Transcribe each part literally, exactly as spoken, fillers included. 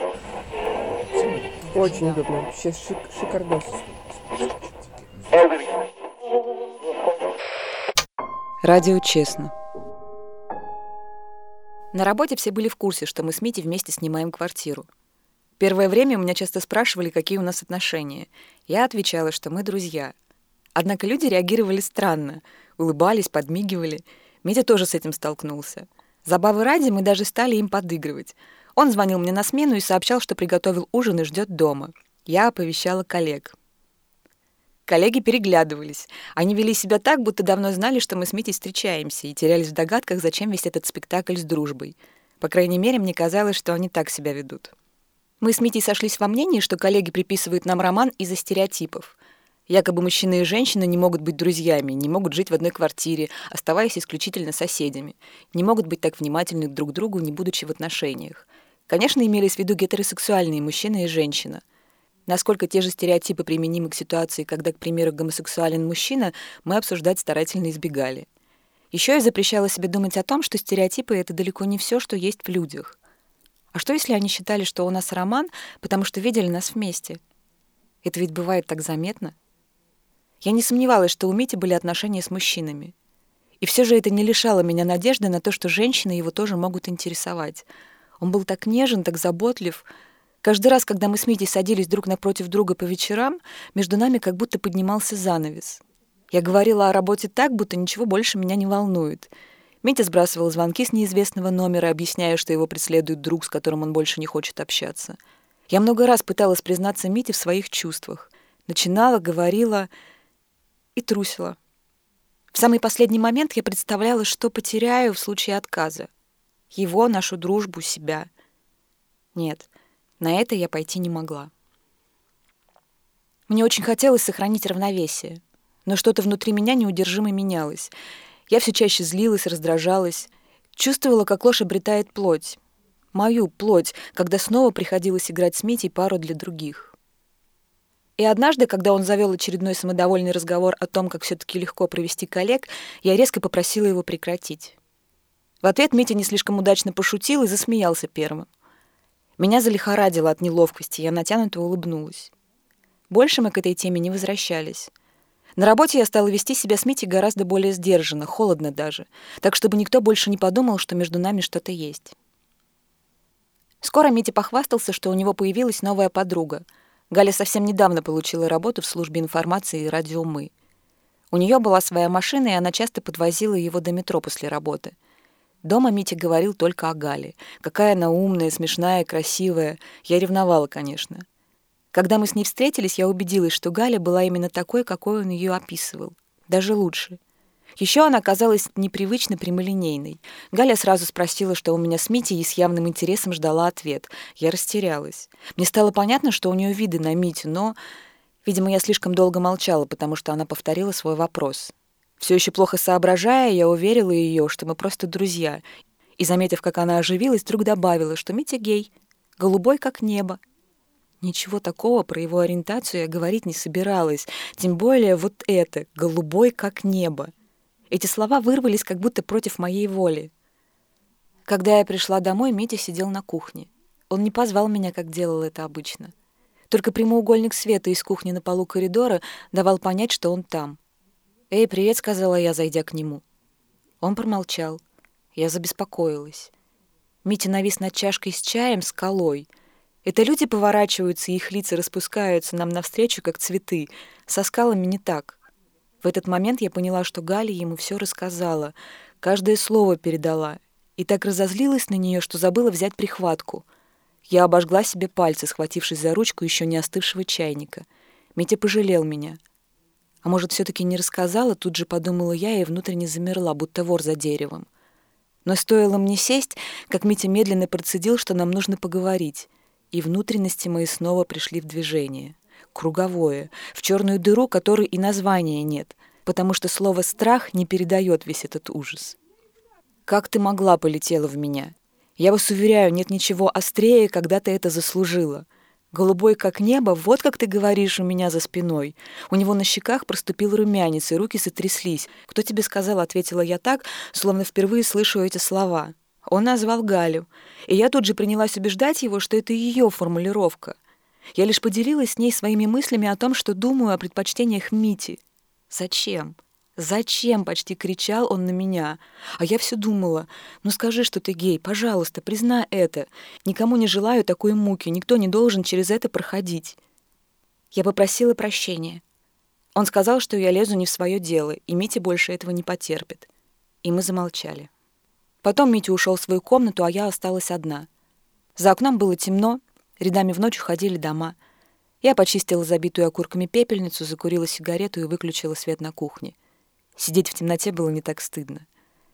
Очень удобно. Вообще шик, шикардос. Радио «Честно». На работе все были в курсе, что мы с Митей вместе снимаем квартиру. Первое время у меня часто спрашивали, какие у нас отношения. Я отвечала, что мы друзья. Однако люди реагировали странно, улыбались, подмигивали. Митя тоже с этим столкнулся. Забавы ради мы даже стали им подыгрывать. Он звонил мне на смену и сообщал, что приготовил ужин и ждет дома. Я оповещала коллег. Коллеги переглядывались. Они вели себя так, будто давно знали, что мы с Митей встречаемся, и терялись в догадках, зачем весь этот спектакль с дружбой. По крайней мере, мне казалось, что они так себя ведут. Мы с Митей сошлись во мнении, что коллеги приписывают нам роман из-за стереотипов. Якобы мужчина и женщина не могут быть друзьями, не могут жить в одной квартире, оставаясь исключительно соседями, не могут быть так внимательны друг к другу, не будучи в отношениях. Конечно, имелись в виду гетеросексуальные мужчина и женщина. Насколько те же стереотипы применимы к ситуации, когда, к примеру, гомосексуален мужчина, мы обсуждать старательно избегали. Еще я запрещала себе думать о том, что стереотипы — это далеко не все, что есть в людях. А что, если они считали, что у нас роман, потому что видели нас вместе? Это ведь бывает так заметно. Я не сомневалась, что у Мити были отношения с мужчинами. И все же это не лишало меня надежды на то, что женщины его тоже могут интересовать. Он был так нежен, так заботлив. Каждый раз, когда мы с Митей садились друг напротив друга по вечерам, между нами как будто поднимался занавес. Я говорила о работе так, будто ничего больше меня не волнует. Митя сбрасывал звонки с неизвестного номера, объясняя, что его преследует друг, с которым он больше не хочет общаться. Я много раз пыталась признаться Мите в своих чувствах. Начинала, говорила и трусила. В самый последний момент я представляла, что потеряю в случае отказа. Его, нашу дружбу, себя. Нет, на это я пойти не могла. Мне очень хотелось сохранить равновесие, но что-то внутри меня неудержимо менялось. Я все чаще злилась, раздражалась, чувствовала, как ложь обретает плоть. Мою плоть, когда снова приходилось играть с Митей пару для других. И однажды, когда он завел очередной самодовольный разговор о том, как все-таки легко провести коллег, я резко попросила его прекратить. В ответ Митя не слишком удачно пошутил и засмеялся первым. Меня залихорадило от неловкости, я натянуто улыбнулась. Больше мы к этой теме не возвращались. На работе я стала вести себя с Митей гораздо более сдержанно, холодно даже, так чтобы никто больше не подумал, что между нами что-то есть. Скоро Митя похвастался, что у него появилась новая подруга. Галя совсем недавно получила работу в службе информации и радио «Мы». У нее была своя машина, и она часто подвозила его до метро после работы. Дома Митя говорил только о Гале. Какая она умная, смешная, красивая. Я ревновала, конечно. Когда мы с ней встретились, я убедилась, что Галя была именно такой, какой он ее описывал. Даже лучше. Еще она казалась непривычно прямолинейной. Галя сразу спросила, что у меня с Митей, и с явным интересом ждала ответ. Я растерялась. Мне стало понятно, что у нее виды на Митю, но, видимо, я слишком долго молчала, потому что она повторила свой вопрос. Все еще плохо соображая, я уверила ее, что мы просто друзья. И, заметив, как она оживилась, вдруг добавила, что Митя гей, голубой, как небо. Ничего такого про его ориентацию я говорить не собиралась, тем более вот это «голубой, как небо». Эти слова вырвались как будто против моей воли. Когда я пришла домой, Митя сидел на кухне. Он не позвал меня, как делал это обычно. Только прямоугольник света из кухни на полу коридора давал понять, что он там. «Эй, привет», — сказала я, зайдя к нему. Он промолчал. Я забеспокоилась. Митя навис над чашкой с чаем, скалой. Это люди поворачиваются, и их лица распускаются нам навстречу, как цветы. Со скалами не так. В этот момент я поняла, что Галя ему все рассказала, каждое слово передала, и так разозлилась на нее, что забыла взять прихватку. Я обожгла себе пальцы, схватившись за ручку еще не остывшего чайника. Митя пожалел меня. А может, все-таки не рассказала, тут же подумала я и внутренне замерла, будто вор за деревом. Но стоило мне сесть, как Митя медленно процедил, что нам нужно поговорить, и внутренности мои снова пришли в движение. Круговое, в черную дыру, которой и названия нет, потому что слово «страх» не передает весь этот ужас. «Как ты могла?» — полетела в меня. «Я вас уверяю, нет ничего острее, когда ты это заслужила. Голубой, как небо, вот как ты говоришь у меня за спиной». У него на щеках проступил румянец, и руки затряслись. «Кто тебе сказал?» — ответила я так, словно впервые слышу эти слова. Он назвал Галю, и я тут же принялась убеждать его, что это ее формулировка. Я лишь поделилась с ней своими мыслями о том, что думаю о предпочтениях Мити. «Зачем? Зачем?» — почти кричал он на меня. А я все думала: «Ну скажи, что ты гей, пожалуйста, признай это. Никому не желаю такой муки, никто не должен через это проходить». Я попросила прощения. Он сказал, что я лезу не в свое дело, и Митя больше этого не потерпит. И мы замолчали. Потом Митя ушел в свою комнату, а я осталась одна. За окном было темно, рядами в ночь уходили дома. Я почистила забитую окурками пепельницу, закурила сигарету и выключила свет на кухне. Сидеть в темноте было не так стыдно.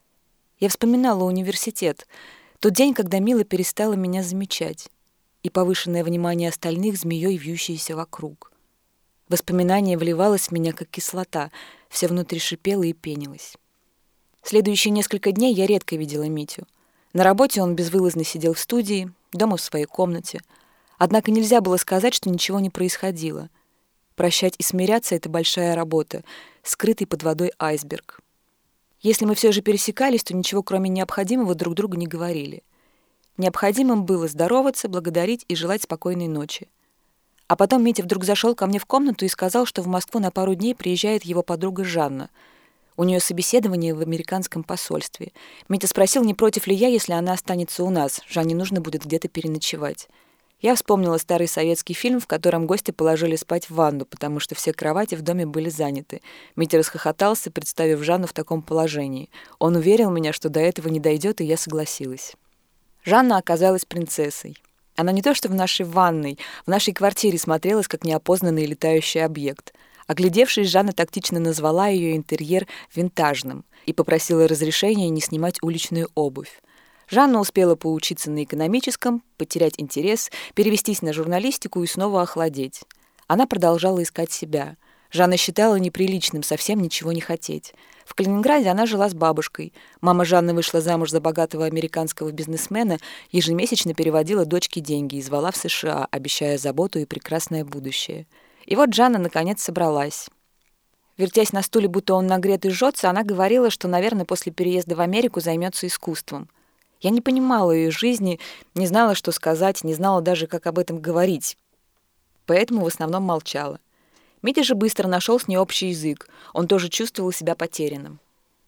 Я вспоминала университет, тот день, когда Мила перестала меня замечать, и повышенное внимание остальных змеей, вьющееся вокруг. Воспоминание вливалось в меня, как кислота, все внутри шипело и пенилось. Следующие несколько дней я редко видела Митю. На работе он безвылазно сидел в студии, дома в своей комнате. Однако нельзя было сказать, что ничего не происходило. Прощать и смиряться — это большая работа, скрытый под водой айсберг. Если мы все же пересекались, то ничего, кроме необходимого, друг другу не говорили. Необходимым было здороваться, благодарить и желать спокойной ночи. А потом Митя вдруг зашел ко мне в комнату и сказал, что в Москву на пару дней приезжает его подруга Жанна. У нее собеседование в американском посольстве. Митя спросил, не против ли я, если она останется у нас. Жанне нужно будет где-то переночевать. Я вспомнила старый советский фильм, в котором гости положили спать в ванну, потому что все кровати в доме были заняты. Митя расхохотался, представив Жанну в таком положении. Он уверил меня, что до этого не дойдет, и я согласилась. Жанна оказалась принцессой. Она не то что в нашей ванной, в нашей квартире смотрелась, как неопознанный летающий объект. Оглядевшись, Жанна тактично назвала ее интерьер винтажным и попросила разрешения не снимать уличную обувь. Жанна успела поучиться на экономическом, потерять интерес, перевестись на журналистику и снова охладеть. Она продолжала искать себя. Жанна считала неприличным совсем ничего не хотеть. В Калининграде она жила с бабушкой. Мама Жанны вышла замуж за богатого американского бизнесмена, ежемесячно переводила дочке деньги и звала в США, обещая заботу и прекрасное будущее. И вот Жанна наконец собралась. Вертясь на стуле, будто он нагрет и жжется, она говорила, что, наверное, после переезда в Америку займется искусством. Я не понимала ее жизни, не знала, что сказать, не знала даже, как об этом говорить. Поэтому в основном молчала. Митя же быстро нашел с ней общий язык. Он тоже чувствовал себя потерянным.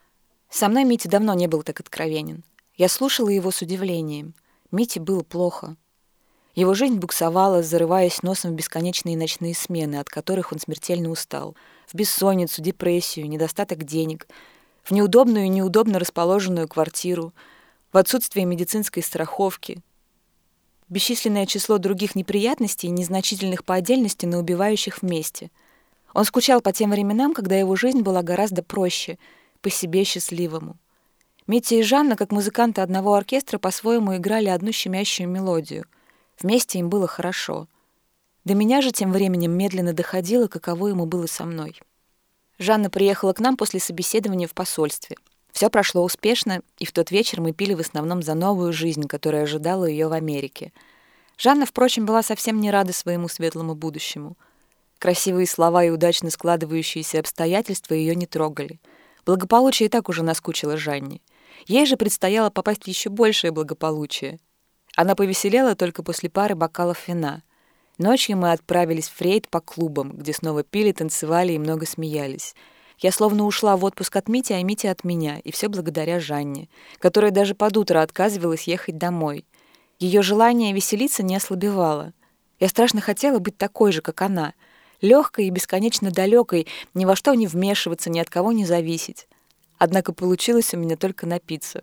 Со мной Митя давно не был так откровенен. Я слушала его с удивлением. Мите было плохо. Его жизнь буксовала, зарываясь носом в бесконечные ночные смены, от которых он смертельно устал. В бессонницу, депрессию, недостаток денег, в неудобную и неудобно расположенную квартиру, в отсутствие медицинской страховки, бесчисленное число других неприятностей, незначительных по отдельности, но убивающих вместе. Он скучал по тем временам, когда его жизнь была гораздо проще, по себе счастливому. Митя и Жанна, как музыканты одного оркестра, по-своему играли одну щемящую мелодию. Вместе им было хорошо. До меня же тем временем медленно доходило, каково ему было со мной. Жанна приехала к нам после собеседования в посольстве. Все прошло успешно, и в тот вечер мы пили в основном за новую жизнь, которая ожидала ее в Америке. Жанна, впрочем, была совсем не рада своему светлому будущему. Красивые слова и удачно складывающиеся обстоятельства ее не трогали. Благополучие и так уже наскучило Жанне. Ей же предстояло попасть в еще большее благополучие. Она повеселела только после пары бокалов вина. Ночью мы отправились в Фрейд по клубам, где снова пили, танцевали и много смеялись. Я словно ушла в отпуск от Мити, а Митя от меня, и все благодаря Жанне, которая даже под утро отказывалась ехать домой. Ее желание веселиться не ослабевало. Я страшно хотела быть такой же, как она, легкой и бесконечно далекой, ни во что не вмешиваться, ни от кого не зависеть. Однако получилось у меня только напиться.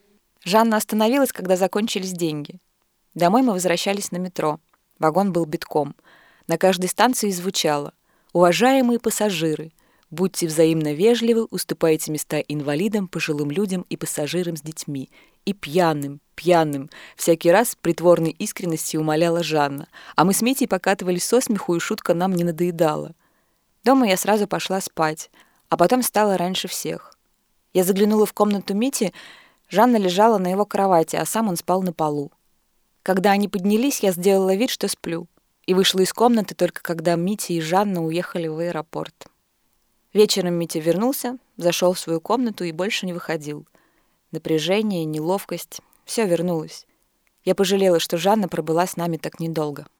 Жанна остановилась, когда закончились деньги. Домой мы возвращались на метро. Вагон был битком. На каждой станции звучало: «Уважаемые пассажиры, будьте взаимно вежливы, уступайте места инвалидам, пожилым людям и пассажирам с детьми». И пьяным, пьяным, всякий раз с притворной искренностью умоляла Жанна, а мы с Митей покатывались со смеху, и шутка нам не надоедала. Дома я сразу пошла спать, а потом встала раньше всех. Я заглянула в комнату Мити, Жанна лежала на его кровати, а сам он спал на полу. Когда они поднялись, я сделала вид, что сплю, и вышла из комнаты только когда Митя и Жанна уехали в аэропорт. Вечером Митя вернулся, зашел в свою комнату и больше не выходил. Напряжение, неловкость, Все вернулось. Я пожалела, что Жанна пробыла с нами так недолго.